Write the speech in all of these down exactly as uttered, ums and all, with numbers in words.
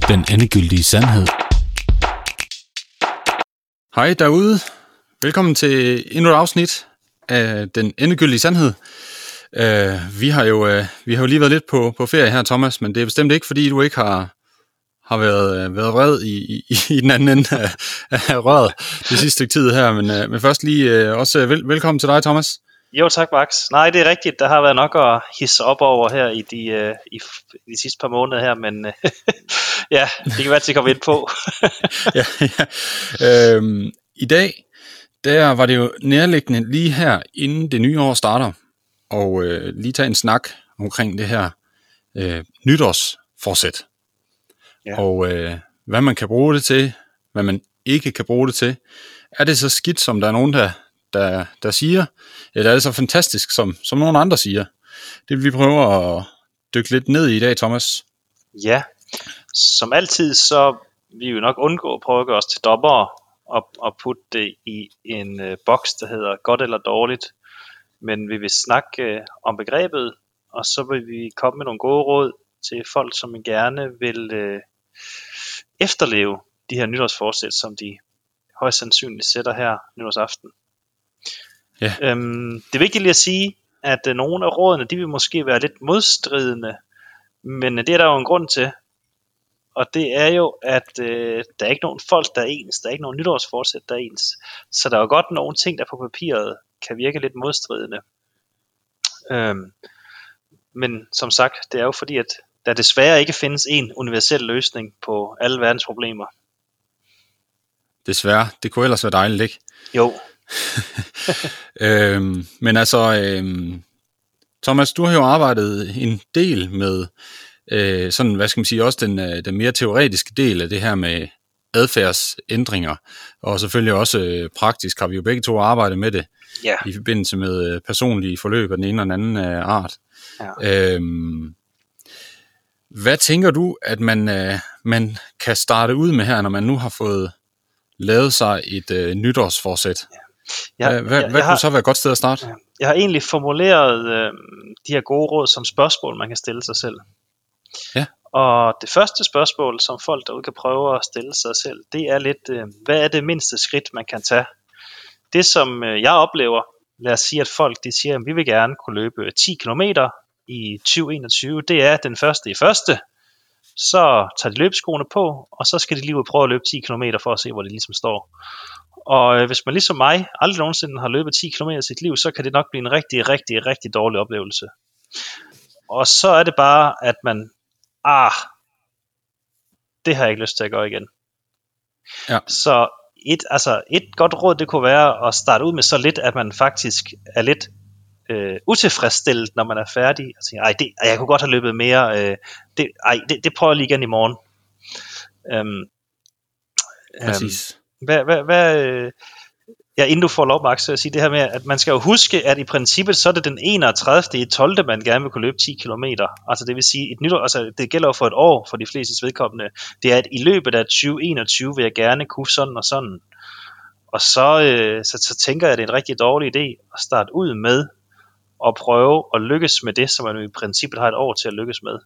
Den endegyldige sandhed. Hej derude. Velkommen til endnu et afsnit af Den endegyldige sandhed. Uh, vi har jo uh, vi har jo lige været lidt på på ferie her, Thomas, men det er bestemt ikke fordi du ikke har har været været vred i i, i den anden ende af, af røret det sidste stykke tid her, men uh, men først lige uh, også vel, velkommen til dig, Thomas. Jo, tak, Max. Nej, det er rigtigt. Der har været nok at hisse op over her i de, øh, i de sidste par måneder her, men øh, ja, det kan være, at det kommer ind på. ja, ja. Øhm, I dag, der var det jo nærliggende lige her, inden det nye år starter, og øh, lige tage en snak omkring det her øh, nytårsforsæt. Ja. Og øh, hvad man kan bruge det til, hvad man ikke kan bruge det til. Er det så skidt, som der er nogen, der Der, der siger, eller er det så fantastisk, som, som nogle andre siger? Det vil vi prøve at dykke lidt ned i i dag, Thomas. Ja, som altid, så vil vi jo nok undgå at prøve at gøre os til dommere, og, og putte det i en uh, boks, der hedder godt eller dårligt. Men vi vil snakke uh, om begrebet, og så vil vi komme med nogle gode råd til folk, som gerne vil uh, efterleve de her nytårsforsæt, som de højst sandsynligt sætter her nytårsaften. Ja. Øhm, det er vigtigt lige at sige, at øh, nogle af rådene, de vil måske være lidt modstridende, men øh, det er der jo en grund til, og det er jo, at øh, der er ikke nogen folk, der er ens, der er ikke nogen nytårsforsæt, der er ens, så der er jo godt nogle ting, der på papiret kan virke lidt modstridende. Øhm, men som sagt, det er jo fordi, at der desværre ikke findes en universel løsning på alle verdens problemer. Desværre, det kunne ellers være dejligt, ikke? Jo. øhm, men altså, øhm, Thomas, du har jo arbejdet en del med, øh, sådan, hvad skal man sige, også den, den mere teoretiske del af det her med adfærdsændringer, og selvfølgelig også øh, praktisk har vi jo begge to arbejdet med det, ja. I forbindelse med øh, personlige forløb af den ene og den anden øh, art. Ja. Øhm, hvad tænker du, at man, øh, man kan starte ud med her, når man nu har fået lavet sig et øh, nytårsforsæt? Ja. Ja, hvad hvad, jeg, hvad jeg kunne har, så være et godt sted at starte? Jeg har egentlig formuleret øh, de her gode råd som spørgsmål, man kan stille sig selv. Ja. Og det første spørgsmål, som folk derude kan prøve at stille sig selv, det er lidt, øh, hvad er det mindste skridt, man kan tage? Det som øh, jeg oplever, lad os sige, at folk de siger, at vi vil gerne kunne løbe ti kilometer i tyve enogtyve, det er den første i første. Så tager de løbeskoene på, og så skal de lige ud og prøve at løbe ti kilometer for at se, hvor de ligesom står. Og øh, hvis man ligesom mig aldrig nogensinde har løbet ti kilometer i sit liv, så kan det nok blive en rigtig, rigtig, rigtig dårlig oplevelse. Og så er det bare, at man, ah, det har jeg ikke lyst til at gøre igen. Ja. Så et, altså et godt råd, det kunne være at starte ud med så lidt, at man faktisk er lidt øh, utilfredsstillet, når man er færdig. Og tænker, ej, det, ej, jeg kunne godt have løbet mere. Øh, det, ej, det, det prøver jeg lige igen i morgen. Øhm, Præcis. Øhm, Hvad, hvad, hvad, øh, ja, inden du får lov, Max, så jeg sige det her med, at man skal jo huske, at i princippet, så er det den enogtredivte i tolvte man gerne vil kunne løbe ti kilometer. Altså det vil sige, et nytår, altså det gælder jo for et år for de flestes vedkommende. Det er, at i løbet af tyve enogtyve vil jeg gerne kunne sådan og sådan. Og så, øh, så, så tænker jeg, at det er en rigtig dårlig idé at starte ud med at prøve at lykkes med det, som man jo i princippet har et år til at lykkes med.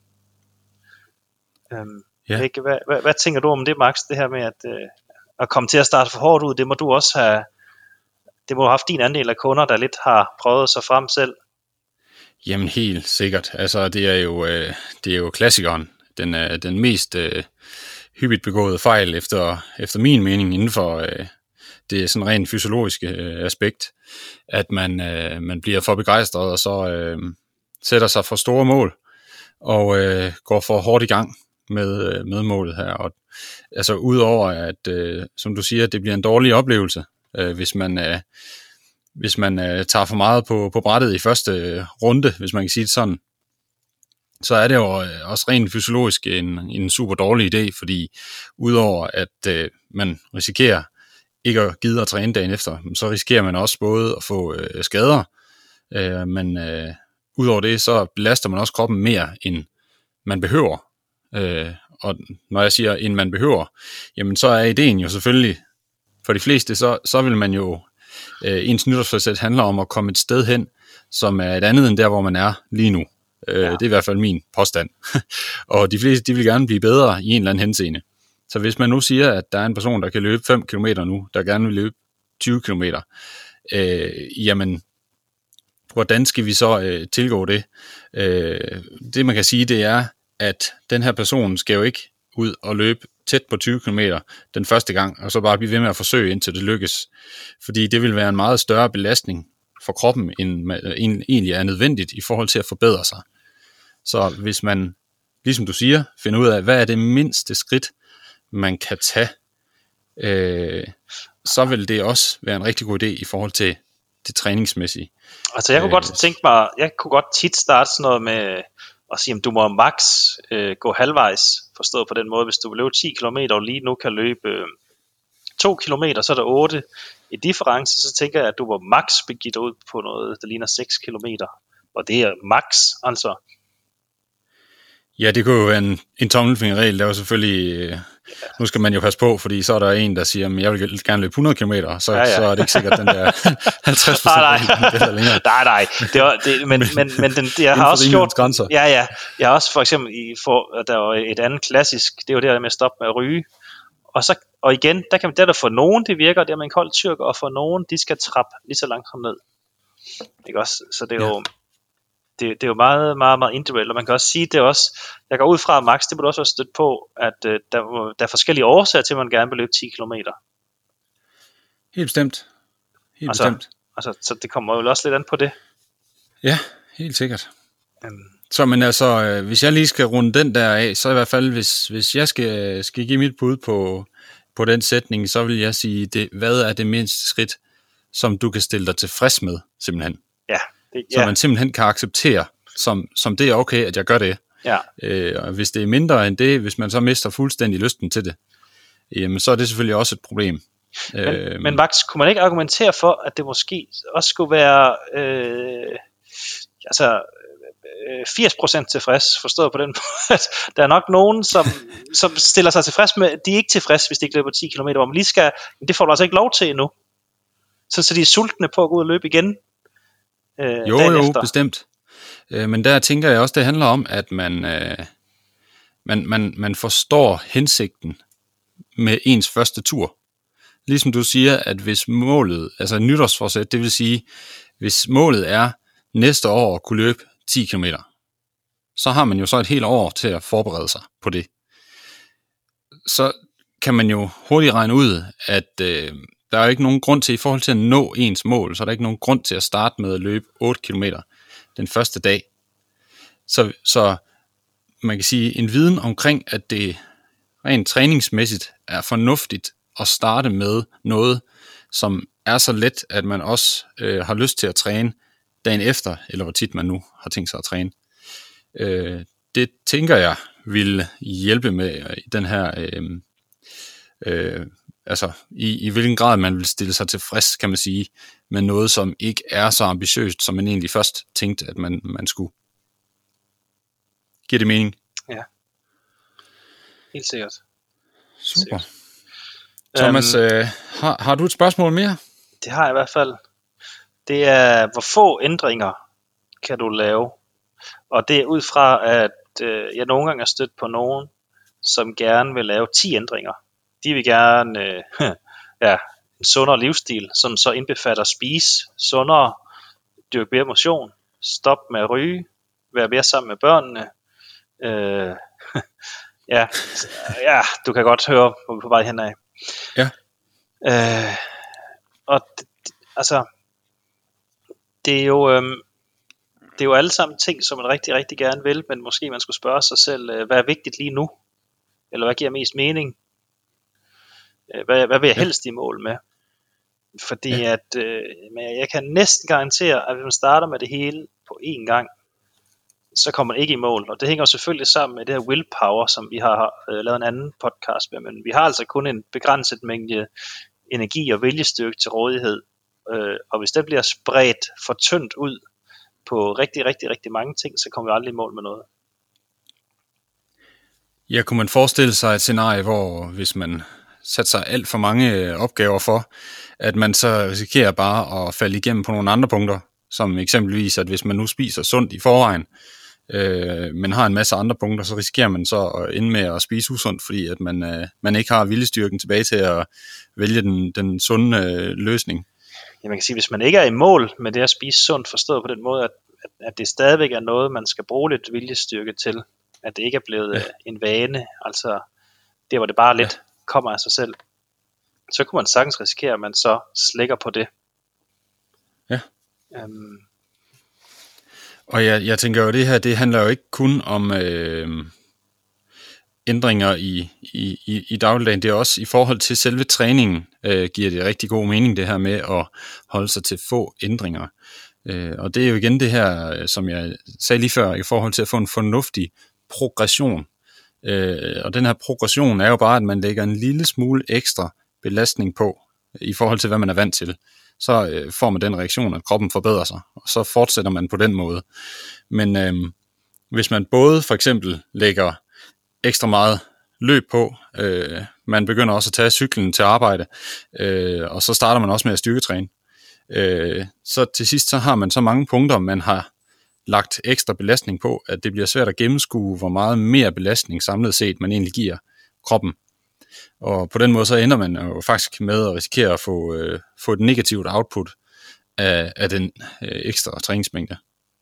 Øhm, ja. ikke, hvad, hvad, hvad tænker du om det, Max, det her med, at øh, at komme til at starte for hårdt ud, det må du også have, det må have haft din andel af kunder, der lidt har prøvet sig frem selv. Jamen helt sikkert. Altså det er jo, øh, det er jo klassikeren. Den, øh, den mest øh, hyppigt begåede fejl, efter, efter min mening, inden for øh, det sådan rent fysiologiske øh, aspekt, at man, øh, man bliver for begejstret, og så øh, sætter sig for store mål, og øh, går for hårdt i gang med, øh, med målet her. Og altså udover at, øh, som du siger, det bliver en dårlig oplevelse, øh, hvis man, øh, hvis man øh, tager for meget på, på brættet i første øh, runde, hvis man kan sige det sådan, så er det jo øh, også rent fysiologisk en, en super dårlig idé, fordi udover at øh, man risikerer ikke at gide at træne dagen efter, så risikerer man også både at få øh, skader, øh, men øh, udover det, så belaster man også kroppen mere, end man behøver. Øh, og når jeg siger, end man behøver, jamen så er ideen jo selvfølgelig, for de fleste, så, så vil man jo, øh, ens nytårsforsæt handler om at komme et sted hen, som er et andet end der, hvor man er lige nu. Øh, Ja. det er i hvert fald min påstand. Og de fleste, de vil gerne blive bedre i en eller anden henseende. Så hvis man nu siger, at der er en person, der kan løbe fem kilometer nu, der gerne vil løbe tyve kilometer, øh, jamen, hvordan skal vi så øh, tilgå det? Øh, det man kan sige, det er, at den her person skal jo ikke ud og løbe tæt på tyve kilometer den første gang, og så bare blive ved med at forsøge, indtil det lykkes. Fordi det vil være en meget større belastning for kroppen, end egentlig er nødvendigt i forhold til at forbedre sig. Så hvis man, ligesom du siger, finder ud af, hvad er det mindste skridt, man kan tage, øh, så vil det også være en rigtig god idé i forhold til det træningsmæssige. Altså jeg kunne øh, godt tænke mig, jeg kunne godt tit starte sådan noget med at sige, at du må max øh, gå halvvejs, forstået på den måde, hvis du vil løbe ti kilometer og lige nu kan løbe øh, to kilometer, så er der otte i difference, så tænker jeg, at du må max begive dig ud på noget, der ligner seks kilometer, og det er max, altså. Ja, det kunne jo være en, en tommelfingerregel, der er jo selvfølgelig, øh, nu skal man jo passe på, fordi så er der en, der siger, at jeg vil gerne løbe hundrede kilometer, så, ja, ja. så er det ikke sikkert, at den der halvtreds procent nej, nej. længere. nej, nej, det var, det, men, men, men den, det, jeg har også gjort, grænser. ja, ja, jeg har også for eksempel, i, for, der var et andet klassisk, det var det der med at stoppe med at ryge, og så, og igen, der kan man, det der for nogen, det virker, det er med en kold tyrker, og for nogen, de skal trappe lige så langsomt ned, ikke også, så det er jo, ja. Det, det er jo meget, meget, meget individuelt, og man kan også sige, det er også, jeg går ud fra, Max, det må du også være stødt på, at uh, der, der er forskellige årsager til, at man gerne vil løbe ti kilometer. Helt bestemt. Helt altså, bestemt. Altså, så det kommer jo også lidt an på det. Ja, helt sikkert. Um, så men altså, øh, hvis jeg lige skal runde den der af, så i hvert fald, hvis, hvis jeg skal, skal give mit bud på, på den sætning, så vil jeg sige, det, hvad er det mindste skridt, som du kan stille dig tilfreds med, simpelthen. Ja. Det, ja. Så man simpelthen kan acceptere, som, som det er okay, at jeg gør det. Ja. Øh, og hvis det er mindre end det, hvis man så mister fuldstændig lysten til det, jamen, så er det selvfølgelig også et problem. Men, øh, men Max, kunne man ikke argumentere for, at det måske også skulle være øh, altså øh, firs procent tilfreds, forstået på den måde? Der er nok nogen, som, som stiller sig tilfreds med, de er ikke tilfreds, hvis de ikke løber ti kilometer, hvor man lige skal, det får du altså ikke lov til endnu. Så, så de er sultne på at gå ud og løbe igen. Øh, jo, jo, efter. bestemt. Øh, men der tænker jeg også, det handler om, at man, øh, man, man, man forstår hensigten med ens første tur. Ligesom du siger, at hvis målet, altså nytårsforsæt, det vil sige, hvis målet er næste år at kunne løbe ti kilometer, så har man jo så et helt år til at forberede sig på det. Så kan man jo hurtigt regne ud, at øh, der er jo ikke nogen grund til, i forhold til at nå ens mål, så er der ikke nogen grund til at starte med at løbe otte kilometer den første dag. Så, så man kan sige, en viden omkring, at det rent træningsmæssigt er fornuftigt at starte med noget, som er så let, at man også øh, har lyst til at træne dagen efter, eller hvor tit man nu har tænkt sig at træne. Øh, det tænker jeg vil hjælpe med den her... Øh, øh, altså i, i hvilken grad man vil stille sig tilfreds, kan man sige, med noget, som ikke er så ambitiøst, som man egentlig først tænkte, at man, man skulle. Giver det mening? Ja. Helt sikkert. Super. Sikkert. Thomas, um, øh, har, har du et spørgsmål mere? Det har jeg i hvert fald. Det er, hvor få ændringer kan du lave? Og det er ud fra, at øh, jeg nogle gange har stødt på nogen, som gerne vil lave ti ændringer. De vil gerne øh, ja, en sundere livsstil, som så indbefatter spise sundere, dyrke mere motion, stop med at ryge, være mere sammen med børnene. Øh, ja, ja, du kan godt høre, hvor vi er på vej henad. Ja. Øh, og det, altså, det er jo, øh, det er jo alle sammen ting, som man rigtig, rigtig gerne vil, men måske man skulle spørge sig selv, øh, hvad er vigtigt lige nu? Eller hvad giver mest mening? Hvad, hvad vil jeg helst i mål med? Fordi ja. at øh, jeg kan næsten garantere, at hvis man starter med det hele på én gang, så kommer man ikke i mål. Og det hænger jo selvfølgelig sammen med det her willpower, som vi har øh, lavet en anden podcast med. Men vi har altså kun en begrænset mængde energi og viljestyrke til rådighed. Øh, og hvis det bliver spredt for tyndt ud på rigtig, rigtig, rigtig mange ting, så kommer vi aldrig i mål med noget. Ja, kunne man forestille sig et scenarie, hvor hvis man sætter sig alt for mange opgaver for, at man så risikerer bare at falde igennem på nogle andre punkter, som eksempelvis, at hvis man nu spiser sundt i forvejen, øh, men har en masse andre punkter, så risikerer man så at ende med at spise usundt, fordi at man, øh, man ikke har viljestyrken tilbage til at vælge den, den sunde øh, løsning. Ja, man kan sige, hvis man ikke er i mål med det at spise sundt, forstået på den måde, at, at, at det stadigvæk er noget, man skal bruge lidt viljestyrke til, at det ikke er blevet ja. en vane, altså det hvor det bare lidt ja. kommer af sig selv, så kunne man sagtens risikere, at man så slækker på det. Ja. Øhm. Og jeg, jeg tænker jo, det her, det handler jo ikke kun om øh, ændringer i, i, i, i dagligdagen, det er også i forhold til selve træningen, øh, giver det rigtig god mening, det her med at holde sig til få ændringer. Øh, og det er jo igen det her, som jeg sagde lige før, i forhold til at få en fornuftig progression. Øh, og den her progression er jo bare, at man lægger en lille smule ekstra belastning på, i forhold til hvad man er vant til. Så øh, får man den reaktion, at kroppen forbedrer sig, og så fortsætter man på den måde. Men øh, hvis man både for eksempel lægger ekstra meget løb på, øh, man begynder også at tage cyklen til arbejde, øh, og så starter man også med at styrketræne, øh, så til sidst så har man så mange punkter, man har lagt ekstra belastning på, at det bliver svært at gennemskue, hvor meget mere belastning samlet set man egentlig giver kroppen. Og på den måde så ender man jo faktisk med at risikere at få, øh, få et negativt output af, af den øh, ekstra træningsmængde.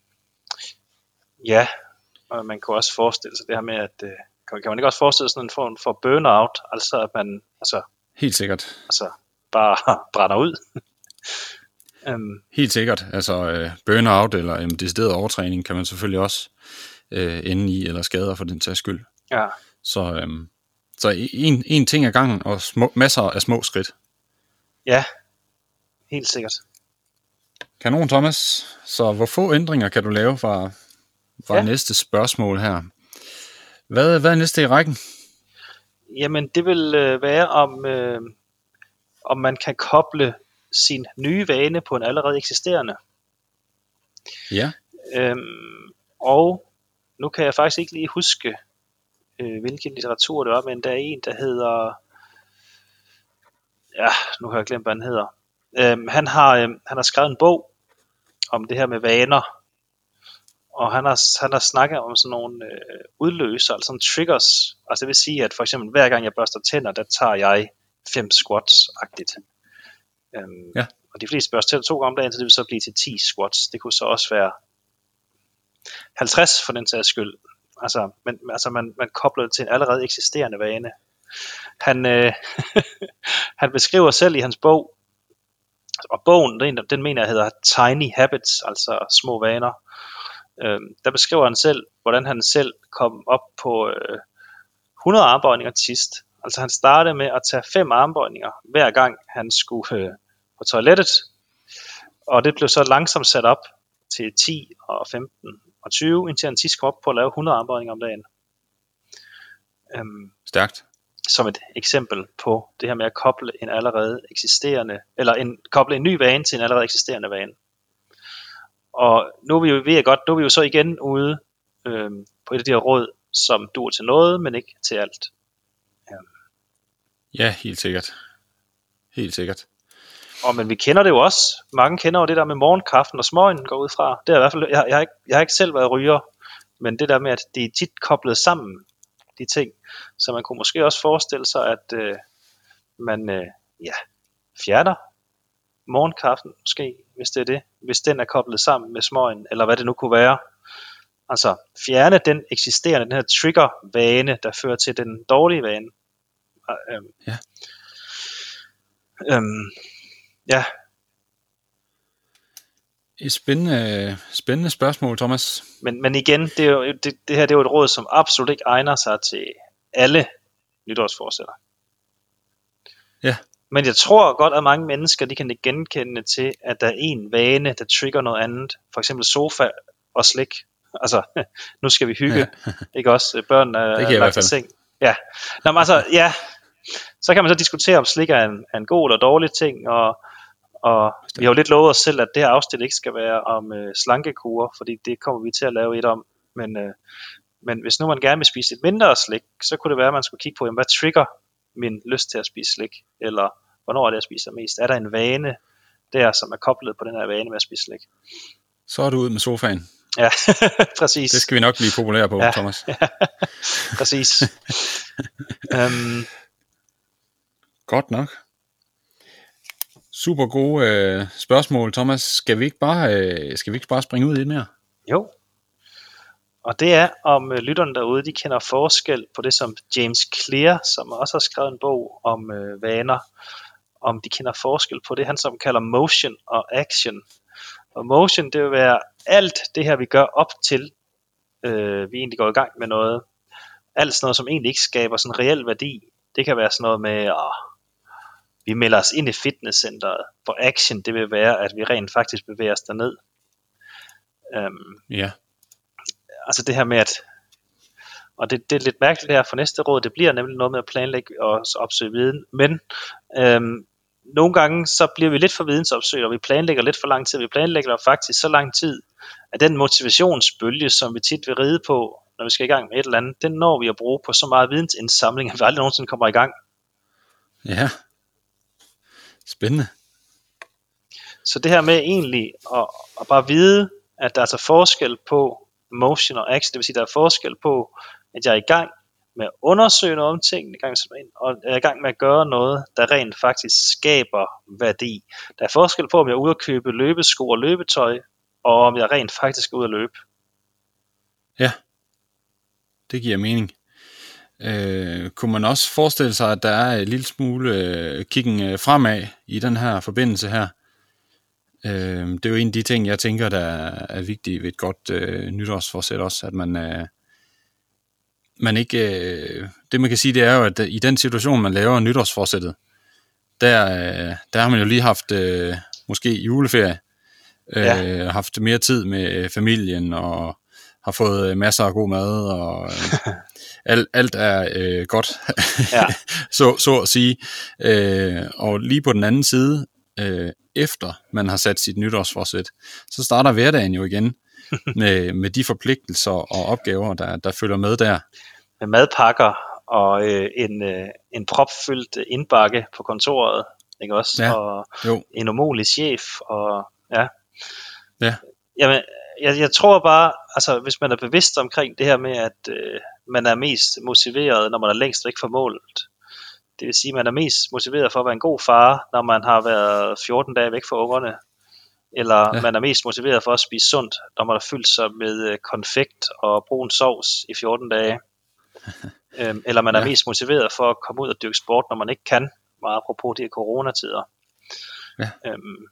Ja, og man kan også forestille sig det her med, at øh, kan, kan man ikke også forestille sig sådan en form for burnout, altså at man altså, helt sikkert altså bare brænder ud. um, Helt sikkert, altså øh, burnout eller en decideret overtræning kan man selvfølgelig også øh, ende i, eller skader for den sags skyld. Ja. Så øh, Så en, en ting ad gangen, og små, masser af små skridt. Ja, helt sikkert. Kanon, Thomas. Så hvor få ændringer kan du lave fra, fra ja. næste spørgsmål her? Hvad, hvad er næste i rækken? Jamen, det vil øh, være, om, øh, om man kan koble sin nye vane på en allerede eksisterende. Ja. Øhm, og nu kan jeg faktisk ikke lige huske, hvilken litteratur det var, men der er en, der hedder, ja, nu har jeg glemt, hvad han hedder. Øhm, han, har, øhm, han har skrevet en bog om det her med vaner, og han har, han har snakket om sådan nogle øh, udløser, altså sådan triggers, altså det vil sige, at for eksempel hver gang jeg børster tænder, der tager jeg fem squats-agtigt. Øhm, ja. Og de fleste børster tænder to gange om dagen, så det vil så blive til ti squats. Det kunne så også være halvtreds for den sags skyld. Altså, men, altså man, man kobler det til en allerede eksisterende vane. Han, øh, han beskriver selv i hans bog, og bogen, den, den mener jeg hedder Tiny Habits, altså små vaner. Øh, der beskriver han selv, hvordan han selv kom op på øh, hundrede armbøjninger til sidst. Altså han startede med at tage fem armbøjninger, hver gang han skulle øh, på toilettet. Og det blev så langsomt sat op til ti og femten og tyve, indtil han sidst kom op på at lave hundrede armbøjninger om dagen. Øhm, Stærkt. Som et eksempel på det her med at koble en allerede eksisterende, eller en, koble en ny vane til en allerede eksisterende vane. Og nu er vi jo ved at godt, nu er vi jo så igen ude øhm, på et af de her råd, som duer til noget, men ikke til alt. Øhm. Ja, helt sikkert. Helt sikkert. Og men vi kender det jo også. Mange kender jo det der med morgenkaffen og smøgen går ud fra. Det er i hvert fald, jeg, jeg, har ikke, jeg har ikke selv været ryger, men det der med, at de er tit koblet sammen, de ting. Så man kunne måske også forestille sig, at øh, man øh, ja, fjerner morgenkaffen, måske, hvis det er det. Hvis den er koblet sammen med smøgen, eller hvad det nu kunne være. Altså fjerne den eksisterende, den her trigger-vane, der fører til den dårlige vane. Øhm, ja. Øhm, Ja. Et spændende, spændende spørgsmål, Thomas. Men, men igen, det, er jo, det, det her det er jo et råd, som absolut ikke egner sig til alle nytårsforsætter. Ja. Men jeg tror godt, at mange mennesker de kan genkende til, at der er en vane, der trigger noget andet. For eksempel sofa og slik. Altså, nu skal vi hygge. Ja. Ikke også? Børn er lagt i seng. Ja. Nå, men altså, ja. Så kan man så diskutere, om slik er en, er en god eller dårlig ting, og Og vi har jo lidt lovet os selv, at det her afsnit ikke skal være om øh, slankekurer, fordi det kommer vi til at lave et om. Men, øh, men hvis nu man gerne vil spise lidt mindre slik, så kunne det være, at man skulle kigge på, jamen, hvad trigger min lyst til at spise slik? Eller hvornår er det, jeg spiser mest? Er der en vane der, som er koblet på den her vane med at spise slik? Så er du ud med sofaen Ja, præcis. Det skal vi nok blive populære på, ja, Thomas. Ja, præcis. um, Godt nok. Super gode øh, spørgsmål, Thomas. Skal vi ikke bare øh, skal vi ikke bare springe ud lidt mere? Jo. Og det er, om øh, lytterne derude, de kender forskel på det, som James Clear, som også har skrevet en bog om øh, vaner, om de kender forskel på det, han som kalder motion og action. Og motion, det vil være alt det her, vi gør op til, øh, vi egentlig går i gang med noget. Alt sådan noget, som egentlig ikke skaber sådan en reel værdi. Det kan være sådan noget med, åh, vi melder os ind i fitnesscenteret. For action, det vil være, at vi rent faktisk bevæger os derned. Um, ja. Altså det her med at, og det, det er lidt mærkeligt her for næste råd, det bliver nemlig noget med at planlægge og opsøge viden, men øhm, nogle gange så bliver vi lidt for vidensopsøgere, og vi planlægger lidt for lang tid, vi planlægger faktisk så lang tid, at den motivationsbølge, som vi tit vil ride på, når vi skal i gang med et eller andet, den når vi at bruge på så meget vidensindsamling, at vi aldrig nogensinde kommer i gang. Ja, spændende. Så det her med egentlig at, at bare vide, at der er altså forskel på motion og action, det vil sige, der er forskel på, at jeg er i gang med at undersøge noget om ting, og er i gang med at gøre noget, der rent faktisk skaber værdi. Der er forskel på, om jeg er ude at købe løbesko og løbetøj, og om jeg rent faktisk er ude at løbe. Ja, det giver mening. Øh, kunne man også forestille sig, at der er en lille smule øh, kiggen fremad i den her forbindelse her? Øh, det er jo en af de ting, jeg tænker, der er vigtige ved et godt øh, nytårsforsæt også, at man, øh, man ikke... Øh, det man kan sige, det er jo, at i den situation, man laver nytårsforsættet, der, øh, der har man jo lige haft øh, måske juleferie, øh, ja. haft mere tid med familien, og har fået masser af god mad, og øh, alt, alt er øh, godt, ja. så, så at sige. Øh, og lige på den anden side, øh, efter man har sat sit nytårsforsæt, så starter hverdagen jo igen med, med de forpligtelser og opgaver, der, der følger med der. Med madpakker og øh, en, øh, en propfyldt indbakke på kontoret, ikke også? Ja. Og jo. en umulig chef, og ja. Ja. Jamen, jeg, jeg tror bare, altså hvis man er bevidst omkring det her med, at øh, man er mest motiveret, når man er længst væk fra målet. Det vil sige, at man er mest motiveret for at være en god far, når man har været fjorten dage væk fra ungerne. Eller ja. man er mest motiveret for at spise sundt, når man har fyldt sig med konfekt og brun sovs i fjorten dage. øhm, eller man er ja. mest motiveret for at komme ud og dyrke sport, når man ikke kan. Meget apropos de her coronatider. Ja. Øhm,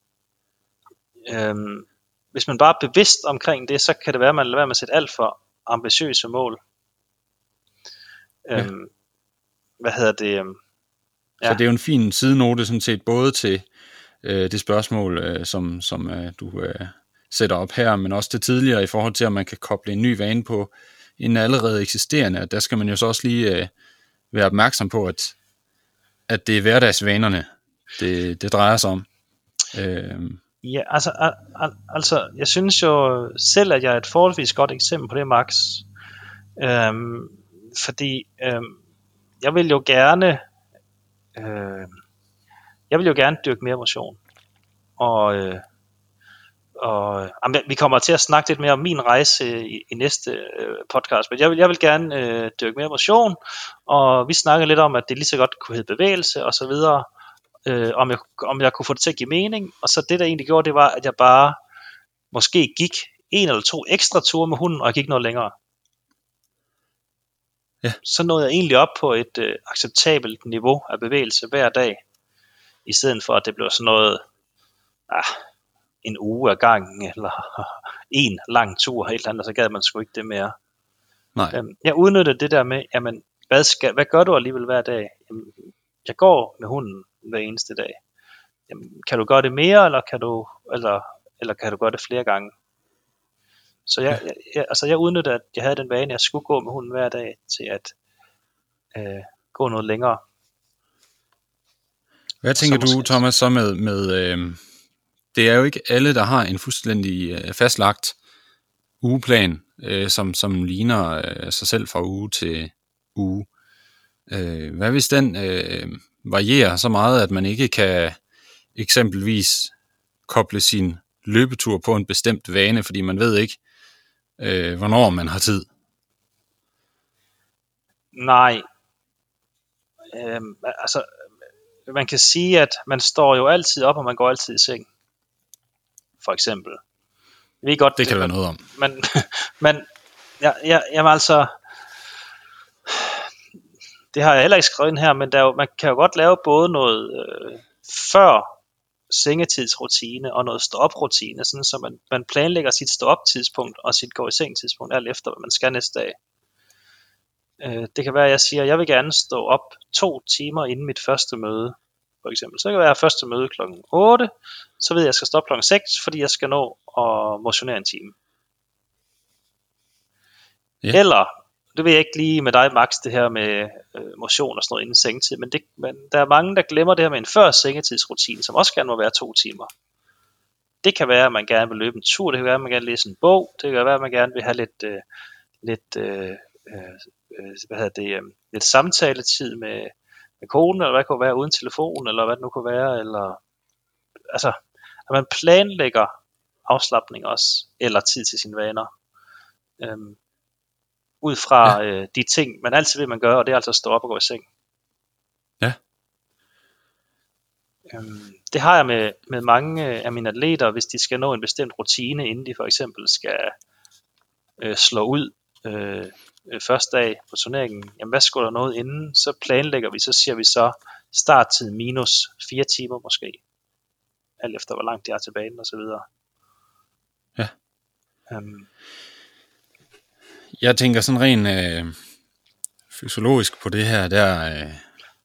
øhm, hvis man bare er bevidst omkring det, så kan det være, at man lader være med at sætte alt for ambitiøse mål. Ja. Øhm, hvad hedder det? Ja. Så det er jo en fin sidenote sådan set, både til øh, det spørgsmål, øh, som, som øh, du øh, sætter op her, men også til tidligere i forhold til, at man kan koble en ny vane på en allerede eksisterende. Der skal man jo så også lige øh, være opmærksom på, at, at det er hverdagsvanerne, det, det drejer sig om. Øh, Ja, altså, al- al- altså, jeg synes jo selv, at jeg er et forholdsvis godt eksempel på det, Max. Øhm, fordi øhm, jeg vil jo gerne, øh, jeg vil jo gerne dyrke mere motion. Og, øh, og jamen, vi kommer til at snakke lidt mere om min rejse i, i næste øh, podcast, men jeg vil, jeg vil gerne øh, dyrke mere motion, og vi snakker lidt om, at det lige så godt kunne hedde bevægelse og så videre. Øh, om, jeg, om jeg kunne få det til at give mening. Og så det der egentlig gjorde, det var, at jeg bare måske gik en eller to ekstra ture med hunden, og jeg gik noget længere. Ja. Så nåede jeg egentlig op på et øh, acceptabelt niveau af bevægelse hver dag, i stedet for at det blev sådan noget ah, en uge ad gangen, eller en lang tur, helt andet, så gad man sgu ikke det mere. Nej. Øhm, jeg udnyttede det der med, jamen, hvad, skal, hvad gør du alligevel hver dag? Jamen, jeg går med hunden hver eneste dag. Jamen, kan du gøre det mere, eller kan du, eller, eller kan du gøre det flere gange? Så jeg, jeg, jeg, altså jeg udnyttede, at jeg havde den vane, at jeg skulle gå med hunden hver dag, til at øh, gå noget længere. Hvad tænker du, Thomas, så med, med øh, det er jo ikke alle, der har en fuldstændig øh, fastlagt ugeplan, øh, som, som ligner øh, sig selv fra uge til uge. Øh, hvad hvis den øh, varierer så meget, at man ikke kan eksempelvis koble sin løbetur på en bestemt vane, fordi man ved ikke, øh, hvornår man har tid. Nej. Øhm, altså, man kan sige, at man står jo altid op, og man går altid i seng. For eksempel. Jeg ved godt, det kan det være noget om. Men, men ja, ja, jamen altså, det har jeg heller ikke skrevet ind her, men der er jo, man kan jo godt lave både noget øh, før sengetidsrutine og noget stå-op-rutine, sådan så man, man planlægger sit stå-op-tidspunkt og sit gå-i-seng-tidspunkt alt efter, hvad man skal næste dag. Øh, det kan være, at jeg siger, at jeg vil gerne stå op to timer inden mit første møde, for eksempel. Så kan det være, at første møde klokken otte, så ved jeg, at jeg skal stoppe klokken seks, fordi jeg skal nå at motionere en time. Yeah. Eller, det ved jeg ikke lige med dig, Max, det her med øh, motion og sådan noget inden sengetid, men, det, men der er mange, der glemmer det her med en før sengetidsrutine, som også gerne må være to timer. Det kan være, at man gerne vil løbe en tur, det kan være, at man gerne vil læse en bog, det kan være, at man gerne vil have lidt, øh, lidt, øh, øh, hvad hedder det, øh, lidt samtaletid med, med konen, eller hvad det kunne være, uden telefon, eller hvad det nu kunne være, eller, altså, at man planlægger afslapning også, eller tid til sine vaner. Øhm, ud fra ja. øh, de ting, man altid vil man gøre, og det er altså at stå op og gå i seng. Ja. Øhm, det har jeg med, med mange af mine atleter, hvis de skal nå en bestemt rutine, inden de for eksempel skal øh, slå ud øh, første dag på turneringen. Jamen hvad skulle der noget inden? Så planlægger vi, så siger vi så starttid minus fire timer måske. Alt efter hvor langt de er til banen og så videre. Ja. Øhm, Jeg tænker sådan rent øh, fysiologisk på det her, der øh,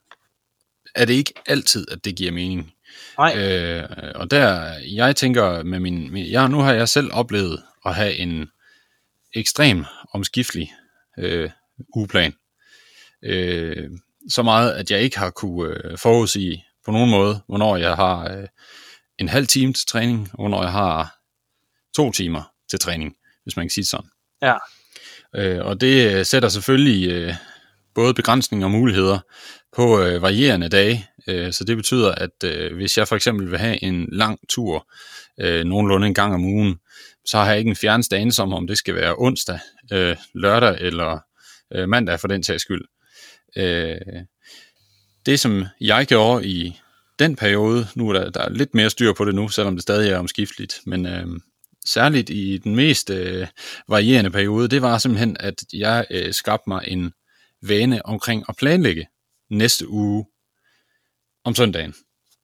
er det ikke altid, at det giver mening. Nej. Øh, og der, jeg tænker med min, min ja, nu har jeg selv oplevet at have en ekstrem omskiftelig øh, ugeplan. Øh, så meget, at jeg ikke har kunne øh, forudsige på nogen måde, hvornår jeg har øh, en halv time til træning, og hvornår jeg har to timer til træning, hvis man kan sige sådan. Ja. Øh, og det sætter selvfølgelig øh, både begrænsninger og muligheder på øh, varierende dage. Øh, så det betyder, at øh, hvis jeg for eksempel vil have en lang tur, øh, nogenlunde en gang om ugen, så har jeg ikke en fjerneste anelse om, om det skal være onsdag, øh, lørdag eller øh, mandag for den sags skyld. Øh, det som jeg gjorde i den periode, nu er der, der er lidt mere styr på det nu, selvom det stadig er omskifteligt, men øh, særligt i den mest øh, varierende periode, det var simpelthen, at jeg øh, skabte mig en vane omkring at planlægge næste uge om søndagen.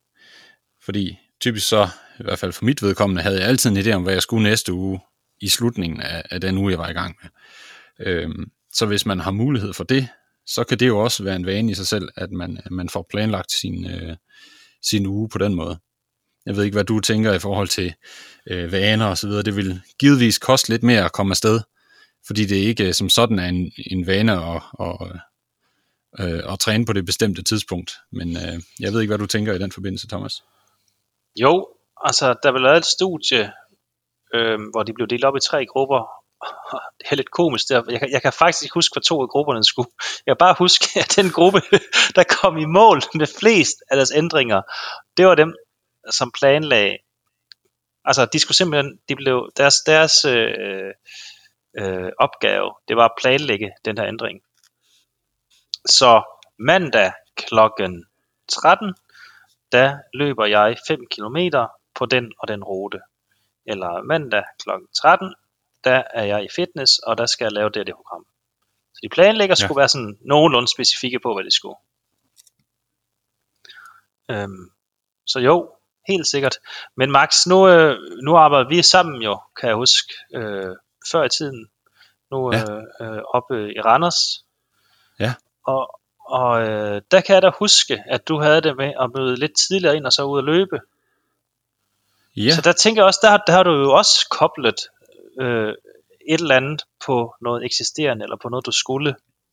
Fordi typisk så, i hvert fald for mit vedkommende, havde jeg altid en idé om, hvad jeg skulle næste uge i slutningen af, af den uge, jeg var i gang med. Øhm, så hvis man har mulighed for det, så kan det jo også være en vane i sig selv, at man, man får planlagt sin, øh, sin uge på den måde. Jeg ved ikke, hvad du tænker i forhold til øh, vaner og så videre. Det vil givetvis koste lidt mere at komme afsted, fordi det ikke som sådan er en, en vane at, at, øh, at træne på det bestemte tidspunkt. Men øh, jeg ved ikke, hvad du tænker i den forbindelse, Thomas. Jo, altså der blev lavet et studie, øh, hvor de blev delt op i tre grupper. Det er lidt komisk der. Jeg kan, jeg kan faktisk ikke huske, hvad to af grupperne skulle. Jeg kan bare huske, at den gruppe, der kom i mål med flest af deres ændringer, det var dem, som planlagde. Altså de skulle simpelthen, de blev, deres, deres øh, øh, opgave, det var at planlægge den her ændring. Så mandag klokken tretten, der løber jeg fem kilometer på den og den rute. Eller mandag klokken tretten, der er jeg i fitness, og der skal jeg lave det og det program. Så de planlægger ja. Skulle være sådan nogenlunde specifikke på, hvad de skulle. Øhm, så jo, helt sikkert. Men Max, nu, øh, nu arbejder vi sammen jo, kan jeg huske, øh, før i tiden. Nu ja. øh, oppe i Randers. Ja. Og, og øh, der kan jeg da huske, at du havde det med at møde lidt tidligere ind og så ud at løbe. Ja. Så der tænker jeg også, der, der har du jo også koblet øh, et eller andet på noget eksisterende, eller på noget du skulle.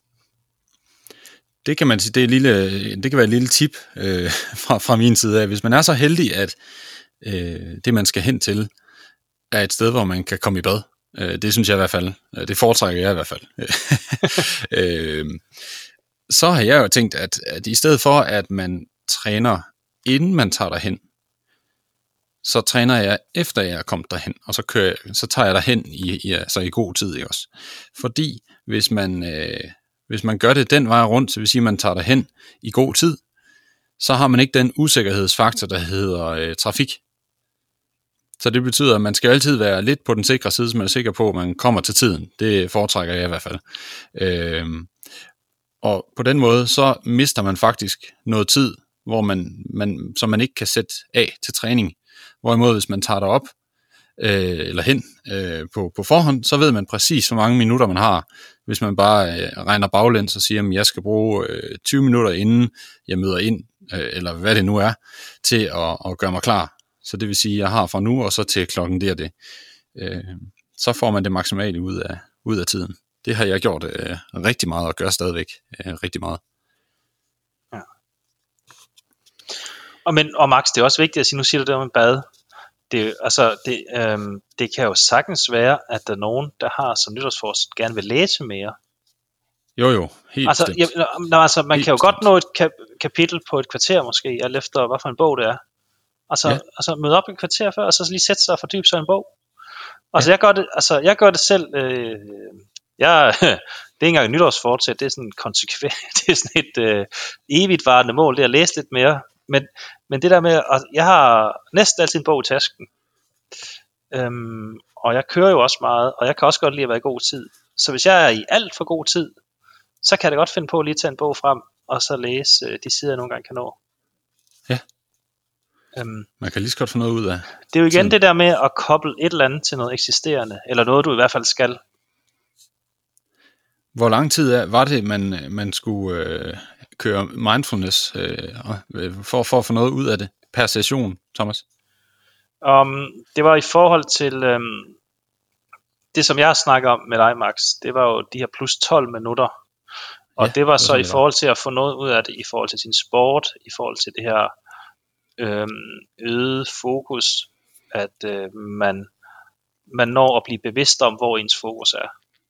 Det kan man sige, det, er lille, det kan være et lille tip øh, fra, fra min side af. Hvis man er så heldig, at øh, det man skal hen til, er et sted, hvor man kan komme i bad. Øh, det synes jeg i hvert fald. Det foretrækker jeg i hvert fald. øh, så har jeg jo tænkt, at, at i stedet for, at man træner, inden man tager derhen, så træner jeg efter jeg er kommet derhen, og så, kører jeg, så tager jeg derhen i, i, altså i god tid, ikke også? Fordi hvis man, øh, hvis man gør det den vej rundt, så vil sige, at man tager derhen i god tid, så har man ikke den usikkerhedsfaktor, der hedder øh, trafik. Så det betyder, at man skal altid være lidt på den sikre side, så man er sikker på, at man kommer til tiden. Det foretrækker jeg i hvert fald. Øh, og på den måde, så mister man faktisk noget tid, hvor man, man, som man ikke kan sætte af til træning. Hvorimod, hvis man tager derop, øh, eller hen øh, på, på forhånd, så ved man præcis, hvor mange minutter man har. Hvis man bare øh, regner baglæns og siger, at jeg skal bruge øh, tyve minutter inden jeg møder ind, øh, eller hvad det nu er, til at, at gøre mig klar. Så det vil sige, at jeg har fra nu og så til klokken der det. Øh, så får man det maksimale ud af, ud af tiden. Det har jeg gjort øh, rigtig meget og gør stadigvæk øh, rigtig meget. Ja. Og, men, og Max, det er også vigtigt at sige, nu siger du det om en bad. Det, altså, det, øhm, det kan jo sagtens være, at der er nogen, der har som nytårsforsæt gerne vil læse mere. Jo jo, helt altså, bestemt. Ja, nå, altså, man helt kan jo bestemt. godt nå et kap- kapitel på et kvarter måske, alt efter hvad for en bog det er. Altså, ja. altså møde op et kvarter før, og så lige sætte sig og fordybe sig i en bog. Altså, ja. jeg, gør det, altså jeg gør det selv. Øh, jeg, det er ikke engang et nytårsforsæt, det er sådan konsekvent, det er sådan et øh, evigt varende mål, det er at læse lidt mere. Men, men det der med, at jeg har næsten altid en bog i tasken, øhm, og jeg kører jo også meget, og jeg kan også godt lide at være i god tid. Så hvis jeg er i alt for god tid, så kan jeg da godt finde på at lige tage en bog frem, og så læse øh, de sider, jeg nogle gange kan nå. Ja, øhm, man kan lige så godt få noget ud af. Det er jo igen tiden. det der med at koble et eller andet til noget eksisterende, eller noget du i hvert fald skal. Hvor lang tid er, var det, man, man skulle øh, køre mindfulness øh, for, for at få noget ud af det per session, Thomas? Um, det var i forhold til øhm, det, som jeg har snakket om med dig, Max. Det var jo de her plus tolv minutter. Og ja, det var så det var i forhold til at få noget ud af det, i forhold til sin sport, i forhold til det her øhm, øget fokus, at øh, man, man når at blive bevidst om, hvor ens fokus er.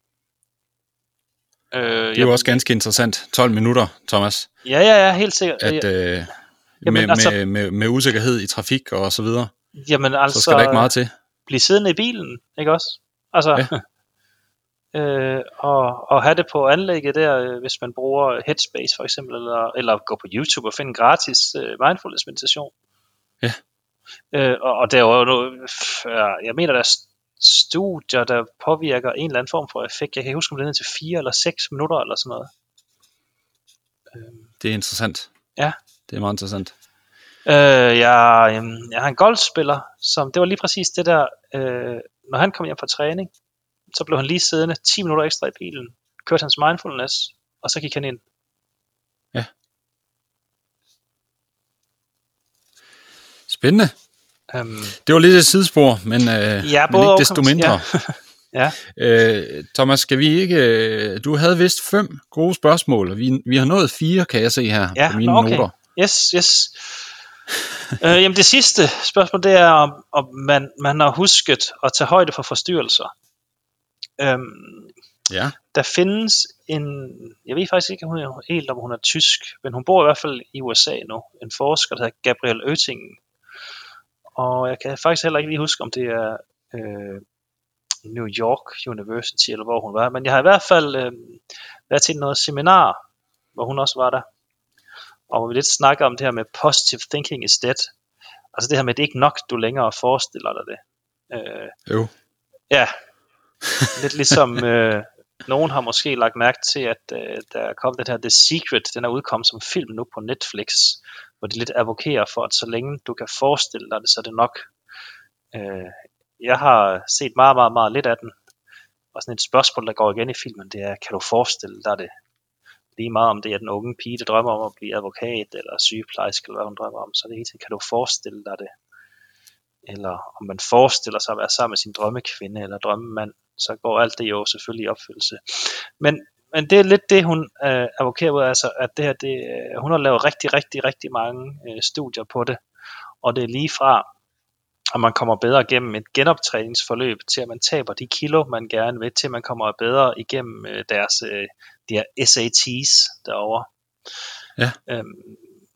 Øh, det er jo jeg, også ganske interessant. tolv minutter, Thomas. Ja, ja, ja, helt sikkert. At, øh, jamen, med, altså, med, med, med usikkerhed i trafik og så videre, jamen, altså, så skal der ikke meget til. Blive siddende i bilen, ikke også? Altså, ja. øh, og, og have det på anlægget der, hvis man bruger Headspace for eksempel, eller, eller gå på YouTube og finde en gratis øh, mindfulness meditation. Ja. Øh, og, og der er jo noget, jeg mener, der er studier, der påvirker en eller anden form for effekt. Jeg kan ikke huske, om det er ned til fire eller seks minutter eller sådan noget. Det er interessant. Ja. Det er meget interessant. Øh, jeg, jeg har en golfspiller, som det var lige præcis det der, øh, når han kom hjem fra træning, så blev han lige siddende ti minutter ekstra i bilen, kørte hans mindfulness, og så gik han ind. Ja. Spændende. Um, det var lidt et sidespor, men, øh, ja, men ikke desto mindre. Ja. ja. øh, Thomas, skal vi ikke... Du havde vist fem gode spørgsmål, og vi, vi har nået fire, kan jeg se her ja, på mine okay. noter. Yes, yes. øh, jamen det sidste spørgsmål, det er, om, om man, man har husket at tage højde for forstyrrelser. Øhm, ja. Der findes en... Jeg ved faktisk ikke, om hun er helt, om hun er tysk, men hun bor i hvert fald i U S A nu. En forsker, der hedder Gabriel Oettingen. Og jeg kan faktisk heller ikke lige huske, om det er øh, New York University, eller hvor hun var. Men jeg har i hvert fald øh, været til noget seminar, hvor hun også var der. Og hvor vi lidt snakker om det her med positive thinking instead. Altså det her med, at det ikke nok, du længere forestiller dig det. Øh, jo. Ja. Lidt ligesom øh, nogen har måske lagt mærke til, at øh, der kom den her The Secret, den er udkommet som film nu på Netflix, hvor de lidt advokerer for, at så længe du kan forestille dig det, så er det nok. Øh, jeg har set meget, meget, meget lidt af den, og sådan et spørgsmål, der går igen i filmen, det er, kan du forestille dig det? Lige meget om det er den unge pige, der drømmer om at blive advokat, eller sygeplejerske, eller hvad hun drømmer om, så er det hele tiden, kan du forestille dig det? Eller om man forestiller sig at være sammen med sin drømmekvinde, eller drømmemand, så går alt det jo selvfølgelig i opfyldelse. Men, men det er lidt det, hun øh, advokerer ud af, altså, at det her, det, øh, hun har lavet rigtig, rigtig, rigtig mange øh, studier på det, og det er lige fra, at man kommer bedre igennem et genoptræningsforløb, til at man taber de kilo, man gerne vil, til man kommer bedre igennem øh, deres øh, de her S A T's derovre. Ja. Øhm,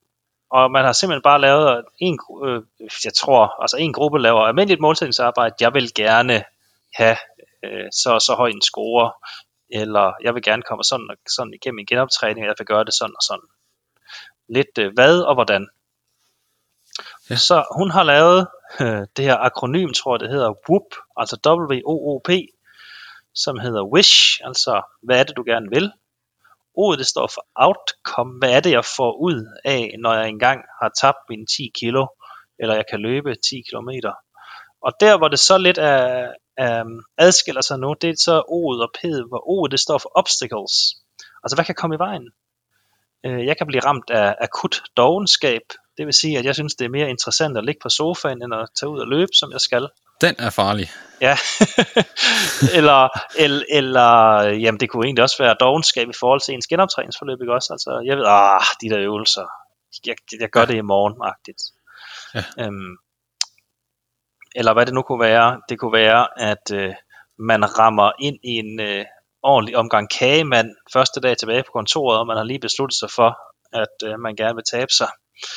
og man har simpelthen bare lavet en, øh, jeg tror, altså en gruppe laver almindeligt målsætningsarbejde. Jeg vil gerne have øh, så så høj en score, eller jeg vil gerne komme sådan og sådan igennem en genoptræning, og jeg vil gøre det sådan og sådan. Lidt øh, hvad og hvordan. Ja. Så hun har lavet øh, det her akronym, tror jeg det hedder, W O O P, altså W O O P, som hedder WISH, altså hvad er det du gerne vil. O'et det står for outcome, hvad er det jeg får ud af, når jeg engang har tabt mine ti kilo, eller jeg kan løbe ti kilometer. Og der hvor det så lidt er, er, adskiller sig nu, det er så O'et og P'et, hvor O'et det står for obstacles, altså hvad kan komme i vejen. Jeg kan blive ramt af akut dovenskab, det vil sige at jeg synes det er mere interessant at ligge på sofaen, end at tage ud og løbe som jeg skal. Den er farlig. Ja, eller, eller, eller jamen det kunne egentlig også være dovenskab i forhold til ens genoptræningsforløb, ikke også? Altså, jeg ved, ah, de der øvelser, jeg, jeg gør det i morgen-agtigt. Ja. Øhm, eller hvad det nu kunne være, det kunne være, at øh, man rammer ind i en øh, ordentlig omgang kagemand første dag tilbage på kontoret, og man har lige besluttet sig for, at øh, man gerne vil tabe sig.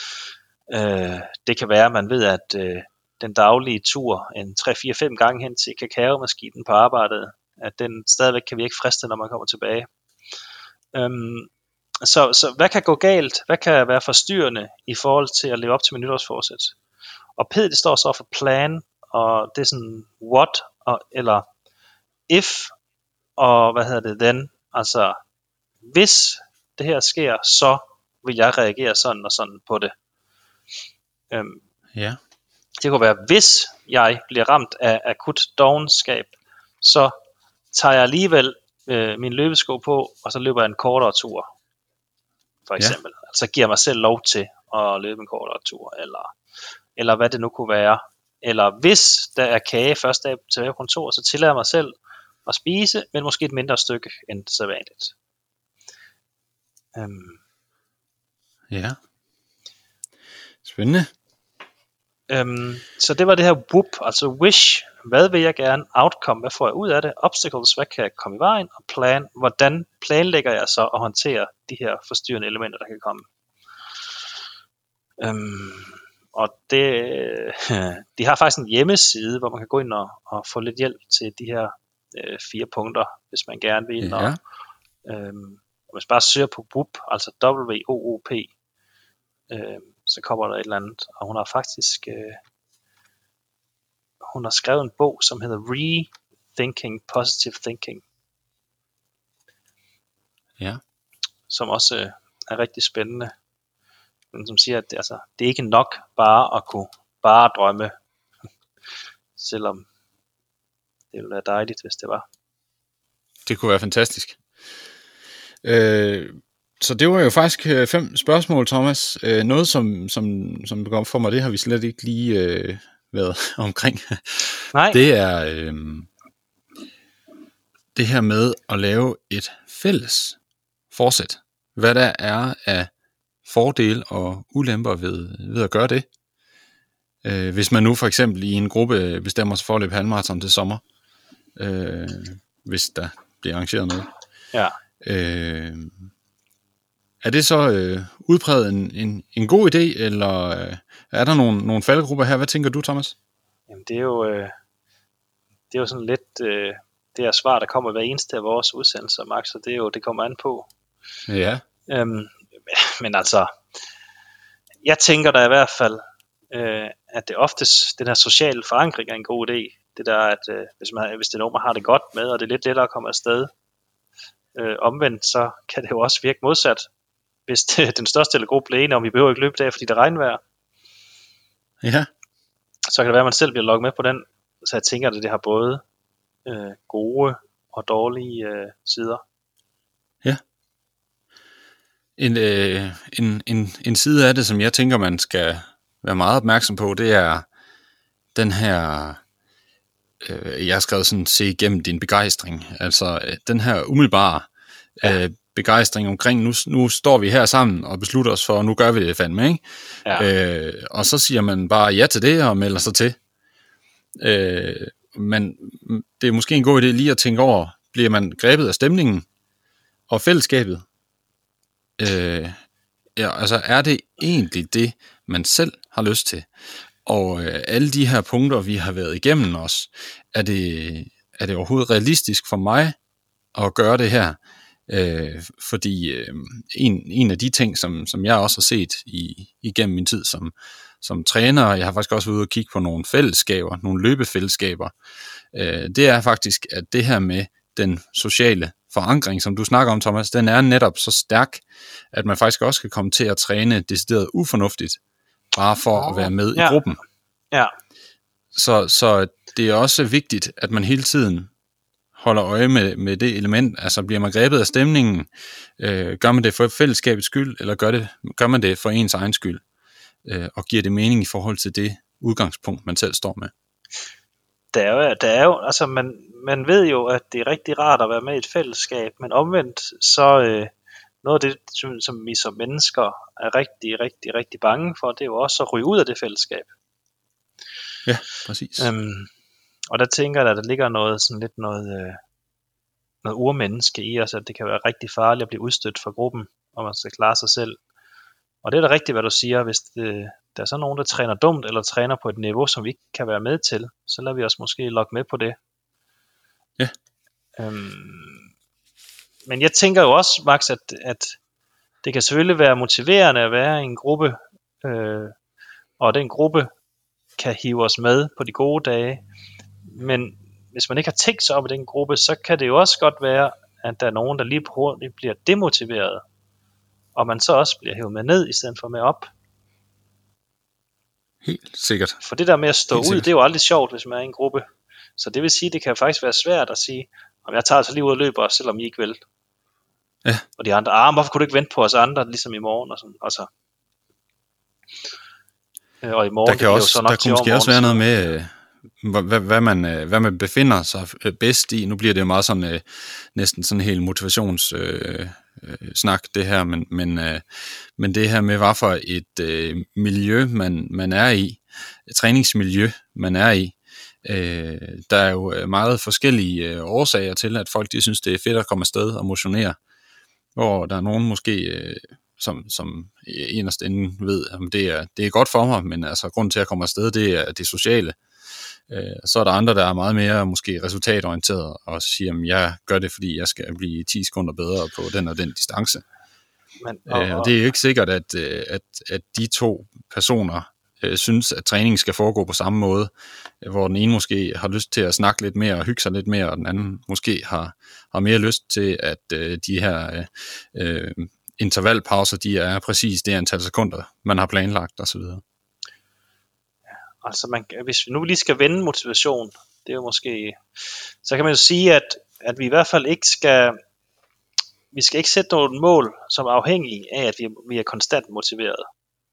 Øh, det kan være, at man ved, at øh, den daglige tur, en tre fire fem gange hen til kakaomaskinen på arbejdet, at den stadigvæk kan virke fristende, når man kommer tilbage. Øhm, så, så hvad kan gå galt? Hvad kan være forstyrrende i forhold til at leve op til min nytårsforsæt? Og P, det står så for plan, og det er sådan what, og, eller if, og hvad hedder det then? Altså, hvis det her sker, så vil jeg reagere sådan og sådan på det. Øhm, ja. Det kunne være, hvis jeg bliver ramt af akut dovenskab, så tager jeg alligevel øh, min løbesko på, og så løber jeg en kortere tur, for eksempel. Ja. Altså giver mig selv lov til at løbe en kortere tur, eller, eller hvad det nu kunne være. Eller hvis der er kage første dag til hver kontor, så tillader jeg mig selv at spise, men måske et mindre stykke end sædvanligt. Øhm. Ja. Spændende. Øhm, så det var det her W O O P, altså wish, hvad vil jeg gerne, outcome, hvad får jeg ud af det, obstacles, hvad kan jeg komme i vejen, og plan, hvordan planlægger jeg så at håndtere de her forstyrrende elementer, der kan komme. Øhm, og det, de har faktisk en hjemmeside, hvor man kan gå ind og, og få lidt hjælp til de her øh, fire punkter, hvis man gerne vil. Ja. Og, øhm, hvis man bare søger på W O O P, altså W O O P, øhm, så kommer der et eller andet, og hun har faktisk øh, hun har skrevet en bog, som hedder Rethinking Positive Thinking. Ja. Som også øh, er rigtig spændende, men som siger, at det, altså, det er ikke nok bare at kunne bare drømme, selvom det ville være dejligt, hvis det var. Det kunne være fantastisk. Øh... Så det var jo faktisk fem spørgsmål, Thomas. Øh, noget, som, som, som går for mig, det har vi slet ikke lige øh, været omkring. Nej. Det er øh, det her med at lave et fælles forsæt. Hvad der er af fordele og ulemper ved, ved at gøre det. Øh, hvis man nu for eksempel i en gruppe bestemmer sig for at løbe halvmarathon til sommer, øh, hvis der bliver arrangeret noget. Ja. Øh, Er det så øh, udpræget en, en, en god idé, eller øh, er der nogle, nogle faldgrupper her? Hvad tænker du, Thomas? Jamen det er jo, øh, det er jo sådan lidt øh, det her svar, der kommer hver eneste af vores udsendelser, Max, så det er jo, det kommer an på. Ja. Øhm, men altså, jeg tænker da i hvert fald, øh, at det oftest, den her sociale forankring er en god idé. Det der, at øh, hvis, man, hvis det er nogen, man har det godt med, og det er lidt lettere at komme afsted. Øh, omvendt, så kan det jo også virke modsat. Hvis det, den største eller gode bliver enige om, vi behøver ikke løbe der, fordi det regnvejr. Ja. Så kan det være, at man selv bliver lukket med på den. Så jeg tænker, at det har både øh, gode og dårlige øh, sider. Ja. En, øh, en, en, en side af det, som jeg tænker, man skal være meget opmærksom på, det er den her, øh, jeg har skrevet sådan, se igennem din begejstring. Altså øh, den her umiddelbare ja. øh, begejstring omkring, nu, nu står vi her sammen og beslutter os for, nu gør vi det fandme, ikke? Ja. Øh, og så siger man bare ja til det og melder sig til. Øh, men det er måske en god idé lige at tænke over, bliver man grebet af stemningen og fællesskabet? Øh, ja, altså er det egentlig det, man selv har lyst til? Og øh, alle de her punkter, vi har været igennem os, er det, er det overhovedet realistisk for mig at gøre det her? Øh, fordi øh, en, en af de ting, som, som jeg også har set i, igennem min tid som, som træner, jeg har faktisk også været ude og kigge på nogle fællesskaber, nogle løbefællesskaber, øh, det er faktisk, at det her med den sociale forankring, som du snakker om, Thomas, den er netop så stærk, at man faktisk også kan komme til at træne decideret ufornuftigt, bare for oh, at være med ja. i gruppen. Ja. Så, så det er også vigtigt, at man hele tiden holder øje med, med det element. Altså bliver man grebet af stemningen, øh, gør man det for fællesskabets skyld, eller gør, det, gør man det for ens egen skyld, øh, og giver det mening i forhold til det udgangspunkt, man selv står med. Der er jo, der er jo altså man, man ved jo, at det er rigtig rart at være med i et fællesskab, men omvendt så øh, noget af det, som, som vi som mennesker er rigtig, rigtig, rigtig bange for, det er jo også at ryge ud af det fællesskab. Ja, præcis. Øhm, og der tænker jeg, at der ligger noget sådan lidt noget, øh, noget urmenneske i os, at det kan være rigtig farligt at blive udstødt fra gruppen, og man skal klare sig selv. Og det er da rigtigt, hvad du siger, hvis det, der er så nogen, der træner dumt, eller træner på et niveau, som vi ikke kan være med til, så lader vi os måske lokke med på det. Ja. Øhm, men jeg tænker jo også, Max, at, at det kan selvfølgelig være motiverende at være i en gruppe, øh, og den gruppe kan hive os med på de gode dage. Men hvis man ikke har tænkt sig op i den gruppe, så kan det jo også godt være, at der er nogen, der lige hurtigt bliver demotiveret, og man så også bliver hævet med ned, i stedet for med op. Helt sikkert. For det der med at stå Helt ud, sikkert. Det er jo aldrig sjovt, hvis man er i en gruppe. Så det vil sige, det kan faktisk være svært at sige, om jeg tager altså lige ud og løber, selvom I ikke vil. Ja. Og de andre, ah, hvorfor kunne du ikke vente på os andre, ligesom i morgen, og sådan, og så. Og i morgen, der kan, også, så nok der kunne måske også være noget med, hvad, hvad, man, hvad man befinder sig bedst i. Nu bliver det jo meget sådan, øh, næsten sådan en helt motivations øh, øh, snak, det her, men, men, øh, men det her med, hvad for et øh, miljø, man, man er i, et træningsmiljø, man er i. Øh, der er jo meget forskellige øh, årsager til, at folk de synes, det er fedt at komme afsted og motionere, hvor der er nogen måske... Øh, som, som eneste ende ved, at det er, det er godt for mig, men altså grund til at komme afsted, det er det sociale. Øh, så er der andre, der er meget mere måske resultatorienteret, og siger, at jeg gør det, fordi jeg skal blive ti sekunder bedre på den og den distance. Men, og, øh, og det er jo ikke sikkert, at, at, at de to personer øh, synes, at træningen skal foregå på samme måde, hvor den ene måske har lyst til at snakke lidt mere og hygge sig lidt mere, og den anden måske har, har mere lyst til, at øh, de her... Øh, intervalpauser, de er præcis det antal sekunder, man har planlagt osv. Ja, altså man, hvis vi nu lige skal vende motivation, det er jo måske, så kan man jo sige, at, at vi i hvert fald ikke skal, vi skal ikke sætte nogle mål, som er afhængige af, at vi, vi er konstant motiveret.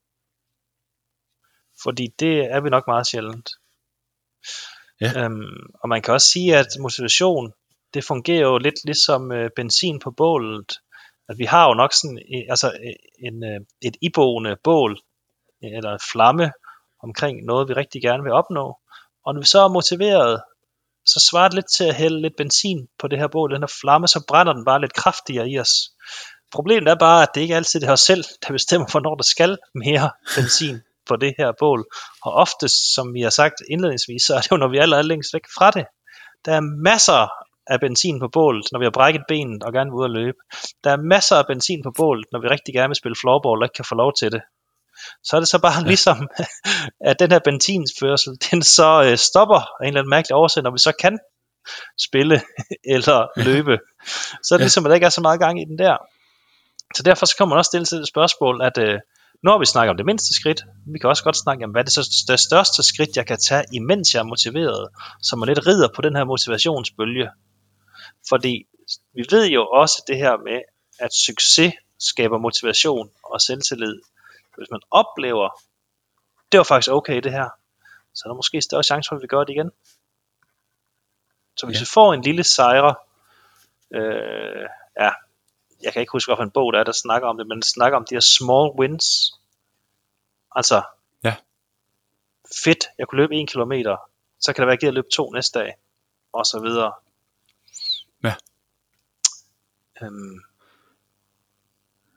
Fordi det er vi nok meget sjældent. Ja. Øhm, og man kan også sige, at motivation, det fungerer jo lidt ligesom øh, benzin på bålet. At vi har jo nok sådan altså en, et iboende bål eller en flamme omkring noget, vi rigtig gerne vil opnå. Og når vi så er motiveret, så svarer det lidt til at hælde lidt benzin på det her bål. Den her flamme, så brænder den bare lidt kraftigere i os. Problemet er bare, at det ikke altid er os selv, der bestemmer, hvornår der skal mere benzin på det her bål. Og oftest, som vi har sagt indledningsvis, så er det jo, når vi er allerede længst væk fra det. Der er masser af benzin på bålet, når vi har brækket benet og gerne vil ud og løbe. Der er masser af benzin på bålet, når vi rigtig gerne vil spille floorball og ikke kan få lov til det. Så er det så bare ja. ligesom, at den her benzinsførsel, den så øh, stopper af en eller anden mærkelig årsag, når vi så kan spille eller løbe. Så er det ja. ligesom, at der ikke er så meget gang i den der. Så derfor så kommer man også stille til det spørgsmål, at øh, når vi snakker om det mindste skridt, vi kan også godt snakke om, hvad det er så det største skridt, jeg kan tage, imens jeg er motiveret, så man lidt rider på den her motivationsbølge. Fordi vi ved jo også det her med, at succes skaber motivation og selvtillid. Hvis man oplever, det var faktisk okay det her, så er der måske større chance for, at vi gør det igen. Så hvis ja. vi får en lille sejre, øh, ja, jeg kan ikke huske, hvorfor en bog der er, der snakker om det, men den snakker om de her small wins. Altså, ja. fedt, jeg kunne løbe en kilometer, så kan det være, at jeg gider løbe to næste dag, og så videre. Ja. Øhm.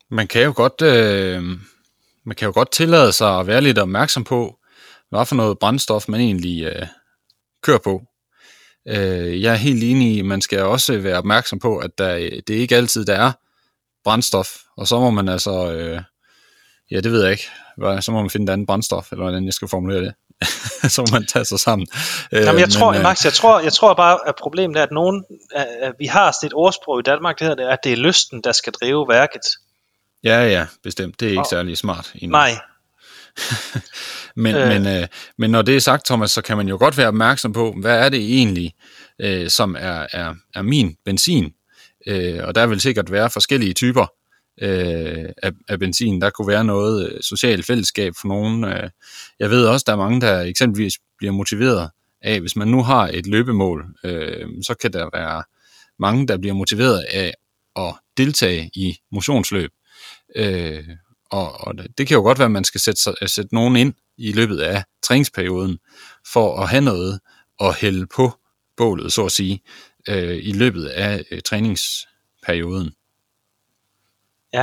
Man kan jo godt, øh, man kan jo godt tillade sig at være lidt opmærksom på, hvad for noget brændstof man egentlig øh, kører på. Øh, jeg er helt enig i, man skal også være opmærksom på, at der, det er ikke altid, der er brændstof, og så må man altså, øh, ja, det ved jeg ikke, så må man finde et andet brændstof, eller hvordan jeg skal formulere det. Så må man tage sig sammen. Jamen, jeg, men, tror, øh, Max, jeg, tror, jeg tror bare, at problemet er, at nogen, at vi har sådan et ordsprog i Danmark, det hedder, at det er lysten, der skal drive værket. Ja, ja, bestemt. Det er ikke og, særlig smart. Endnu. Nej. men, øh. Men, øh, men når det er sagt, Thomas, så kan man jo godt være opmærksom på, hvad er det egentlig, øh, som er, er, er min benzin. Øh, og der vil sikkert være forskellige typer øh, af, af benzin. Der kunne være noget øh, socialt fællesskab for nogen. Øh. Jeg ved også, der er mange, der eksempelvis bliver motiveret af, hvis man nu har et løbemål, øh, så kan der være mange, der bliver motiveret af at deltage i motionsløb. Øh, og, og det kan jo godt være, at man skal sætte, sig, sætte nogen ind i løbet af træningsperioden, for at have noget at hælde på bålet, så at sige, øh, i løbet af øh, træningsperioden. Ja.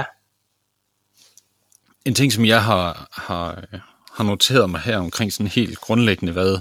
En ting, som jeg har, har, har noteret mig her omkring sådan helt grundlæggende, hvad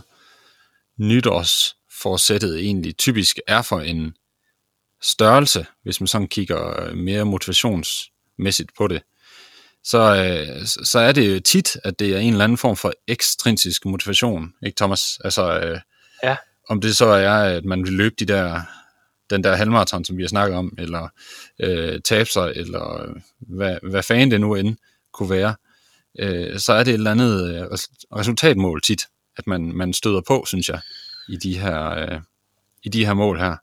nytårsforsættet egentlig typisk er for en størrelse, hvis man sådan kigger mere motivationsmæssigt på det, så, øh, så er det jo tit, at det er en eller anden form for ekstrinsisk motivation, ikke Thomas? Altså, øh, ja. Om det så er, at man vil løbe de der, den der halvmarathon, som vi har snakket om, eller øh, tabe sig, eller hvad, hvad fanden det nu end kunne være, øh, så er det et eller andet resultatmål tit, at man, man støder på, synes jeg, i de her, øh, i de her mål her.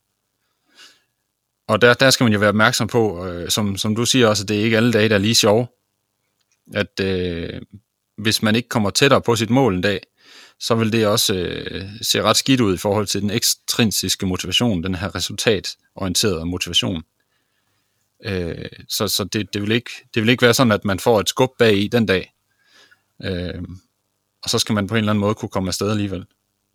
Og der, der skal man jo være opmærksom på, øh, som, som du siger også, at det er ikke alle dage, der er lige sjove. At øh, hvis man ikke kommer tættere på sit mål en dag, så vil det også øh, se ret skidt ud i forhold til den ekstrinsiske motivation, den her resultatorienterede motivation. Øh, så så det, det, vil ikke, det vil ikke være sådan, at man får et skub bag i den dag. Øh, og så skal man på en eller anden måde kunne komme afsted alligevel.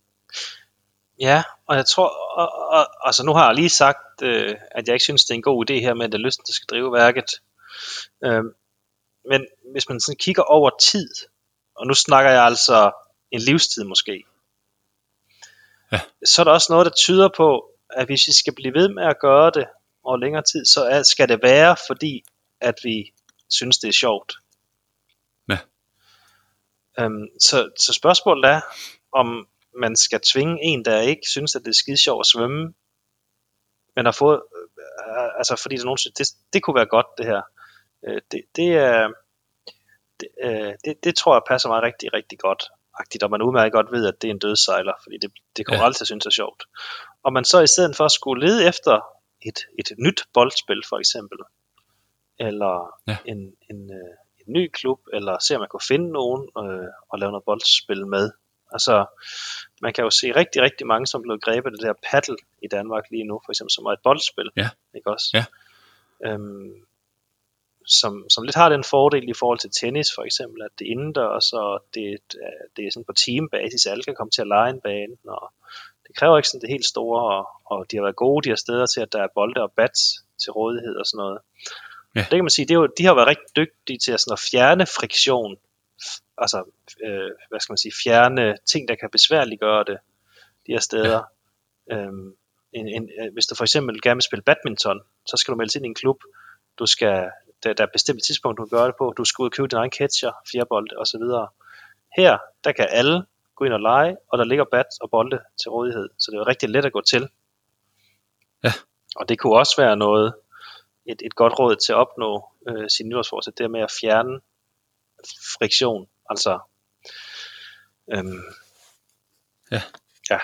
Ja, og jeg tror, og, og, altså nu har jeg lige sagt, øh, at jeg ikke synes, det er en god idé her med, at det er lysten, der skal drive værket. Øh, men hvis man sådan kigger over tid, og nu snakker jeg altså en livstid måske, ja. Så er der også noget, der tyder på, at hvis vi skal blive ved med at gøre det over længere tid, så er, skal det være, fordi at vi synes, det er sjovt. Ja. Øhm, så, så spørgsmålet er, om man skal tvinge en, der ikke synes, at det er skide sjovt at svømme, men har fået, øh, altså fordi der nogen synes, det, det kunne være godt det her. Øh, det, det, er, det, øh, det, det tror jeg passer mig rigtig, rigtig godt. Og man udmærket godt ved, at det er en dødssejler, fordi det, det kommer ja. altid synes er sjovt. Og man så i stedet for at skulle lede efter et, et nyt boldspil for eksempel, eller ja. en, en, øh, en ny klub, eller se om man kunne finde nogen øh, og lave noget boldspil med. Altså, man kan jo se rigtig, rigtig mange, som blev grebet det der paddle i Danmark lige nu, for eksempel som er et boldspil, ja. ikke også? Ja. Øhm, som, som lidt har den fordel i forhold til tennis for eksempel, at det er indendørs, og det, det er sådan på teambasis, alle kan komme til at lege en bane, og det kræver ikke sådan det helt store, og, og de har været gode, de har steder til, at der er bolde og bats til rådighed og sådan noget. Ja. Det kan man sige, det er jo, de har været rigtig dygtige til at, sådan at fjerne friktion, altså, øh, hvad skal man sige, fjerne ting, der kan besværliggøre det, de her steder. Ja. Øhm, en, en, hvis du for eksempel gerne vil spille badminton, så skal du melde ind i en klub, du skal, der, der er et bestemt tidspunkt, du kan gøre det på, du skal ud og købe din egen catcher, fjerbold og så videre. Her, der kan alle gå ind og lege, og der ligger bat og bolde til rådighed, så det er rigtig let at gå til. Ja. Og det kunne også være noget, et, et godt råd til at opnå øh, sin nytårsforsæt, det med at fjerne friktion, altså øhm, ja, ja,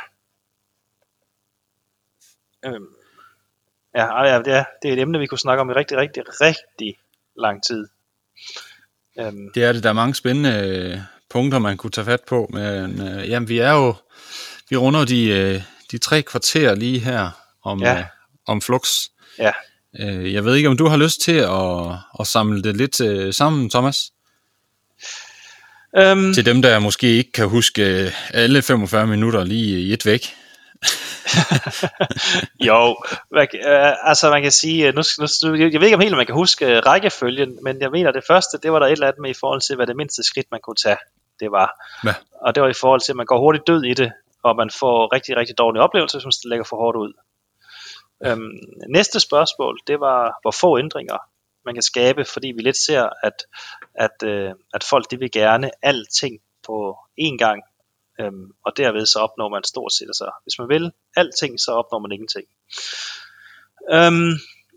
øhm, ja, ja, det er, det er et emne, vi kunne snakke om i rigtig, rigtig, rigtig lang tid. Øhm. Det er det, der er mange spændende punkter, man kunne tage fat på, men øh, jamen, vi er jo, vi runder de, øh, de tre kvarter lige her om, ja. øh, om flux. Ja. Øh, jeg ved ikke, om du har lyst til at, at samle det lidt øh, sammen, Thomas? Um, til dem, der måske ikke kan huske alle femogfyrre minutter lige i et væk. jo, man, øh, altså man kan sige, nu, nu, jeg ved ikke om helt, man kan huske rækkefølgen, men jeg mener det første, det var der et eller andet med i forhold til, hvad det mindste skridt man kunne tage, det var. Ja. Og det var i forhold til, at man går hurtigt død i det, og man får rigtig, rigtig dårlige oplevelser, hvis man lægger for hårdt ud. Øhm, næste spørgsmål, det var, hvor få ændringer man kan skabe, fordi vi lidt ser, at, at, øh, at folk de vil gerne alting på én gang, øhm, og derved så opnår man stort set, altså hvis man vil alting, så opnår man ingenting. Øhm,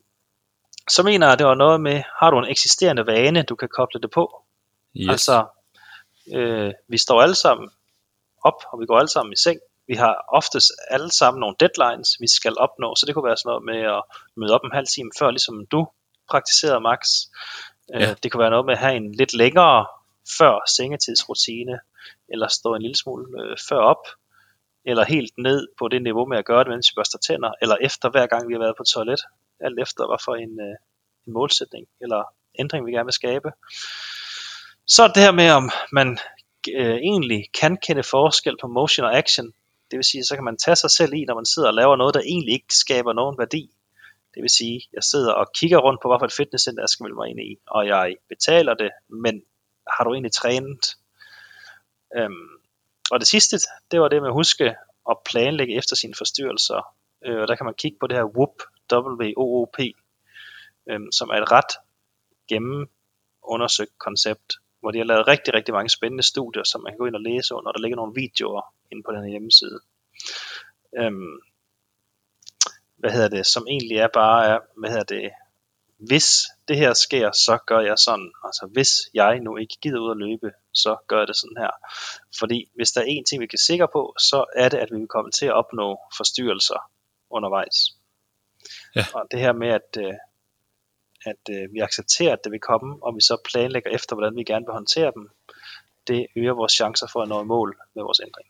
så mener jeg, det var noget med, har du en eksisterende vane, du kan koble det på? Yes. Altså, øh, vi står alle sammen op, og vi går alle sammen i seng. Vi har oftest alle sammen nogle deadlines, vi skal opnå, så det kunne være sådan noget med at møde op en halv time før, ligesom du praktiserede, Max. Ja. Det kunne være noget med at have en lidt længere før sengetidsrutine, eller stå en lille smule øh, før op, eller helt ned på det niveau med at gøre det, mens vi børster tænder, eller efter hver gang vi har været på toilet, alt efter hvad for en, øh, en målsætning, eller ændring vi gerne vil skabe. Så det her med, om man øh, egentlig kan kende forskel på motion og action, det vil sige, så kan man tage sig selv i, når man sidder og laver noget, der egentlig ikke skaber nogen værdi. Det vil sige, jeg sidder og kigger rundt på, hvad for et fitnesscenter jeg skal melde mig ind i, og jeg betaler det, men har du egentlig trænet? Øhm, og det sidste, det var det med at huske at planlægge efter sine forstyrrelser. Øh, og der kan man kigge på det her WOOP, W O O P, øhm, som er et ret gennemundersøgt koncept, hvor de har lavet rigtig, rigtig mange spændende studier, som man kan gå ind og læse under, og der ligger nogle videoer inde på den her hjemmeside. Øhm, hvad hedder det, som egentlig er bare, er, hvad hedder det, hvis det her sker, så gør jeg sådan, altså hvis jeg nu ikke gider ud at løbe, så gør jeg det sådan her. Fordi hvis der er en ting, vi kan sikre på, så er det, at vi vil komme til at opnå forstyrrelser undervejs. Ja. Og det her med, at, at vi accepterer, at det vil komme, og vi så planlægger efter, hvordan vi gerne vil håndtere dem, det øger vores chancer for at nå i mål med vores ændring.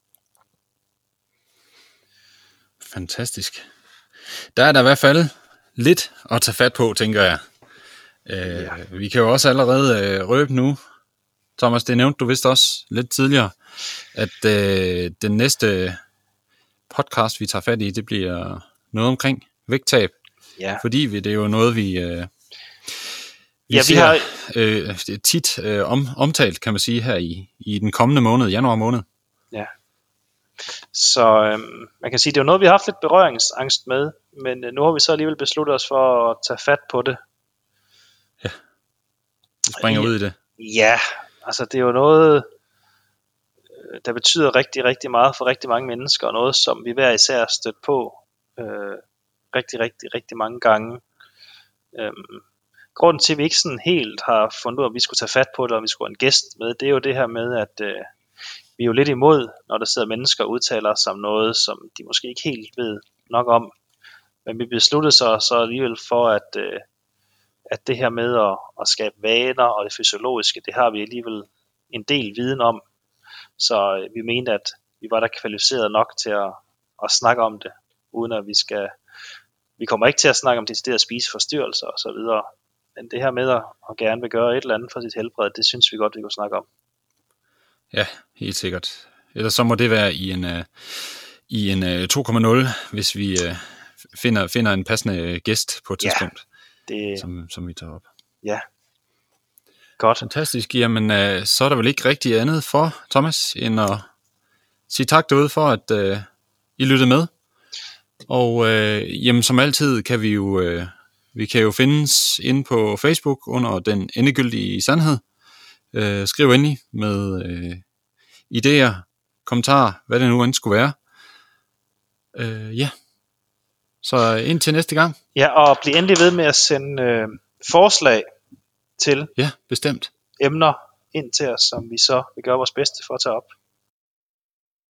Fantastisk. Der er der i hvert fald lidt at tage fat på, tænker jeg. Øh, ja. Vi kan jo også allerede øh, røbe nu, Thomas, det nævnte du vist også lidt tidligere, at øh, den næste podcast, vi tager fat i, det bliver noget omkring vægttab. Ja. Fordi vi, det er jo noget, vi, øh, vi ja, vi ser har... øh, tit øh, om, omtalt, kan man sige, her i, i den kommende måned, januar måned. Ja. Så øhm, man kan sige, det er jo noget, vi har haft lidt berøringsangst med, men øh, nu har vi så alligevel besluttet os for at tage fat på det. Ja, vi springer ja, ud i det. Ja, altså det er jo noget, øh, der betyder rigtig, rigtig meget for rigtig mange mennesker, og noget, som vi hver især har stødt på øh, rigtig, rigtig, rigtig mange gange. Øhm, grunden til, at vi ikke sådan helt har fundet ud af, om vi skulle tage fat på det, og om vi skulle have en gæst med, det er jo det her med, at øh, vi er jo lidt imod, når der sidder mennesker og udtaler sig om noget, som de måske ikke helt ved nok om. Men vi besluttede så, så alligevel for, at, øh, at det her med at, at skabe vaner og det fysiologiske, det har vi alligevel en del viden om. Så øh, vi mente, at vi var der kvalificeret nok til at, at snakke om det, uden at vi skal... Vi kommer ikke til at snakke om deciderede spiseforstyrrelser og så videre. Men det her med at, at gerne vil gøre et eller andet for sit helbred, det synes vi godt, vi kunne snakke om. Ja, helt sikkert. Ellers så må det være i en, uh, i en uh, to komma nul, hvis vi uh, finder, finder en passende gæst på et tidspunkt, ja, det... som, som vi tager op. Ja, godt. Fantastisk. Jamen, uh, så er der vel ikke rigtig andet for, Thomas, end at sige tak derude for, at uh, I lyttede med. Og uh, jamen, som altid kan vi jo, uh, vi kan jo findes inde på Facebook under Den Endegyldige Sandhed. Øh, skriv endelig med øh, idéer, kommentarer, hvad det nu end skulle være. Øh, ja. Så indtil næste gang. Ja, og bliv endelig ved med at sende øh, forslag til ja, bestemt. emner ind til os, som vi så vil gøre vores bedste for at tage op.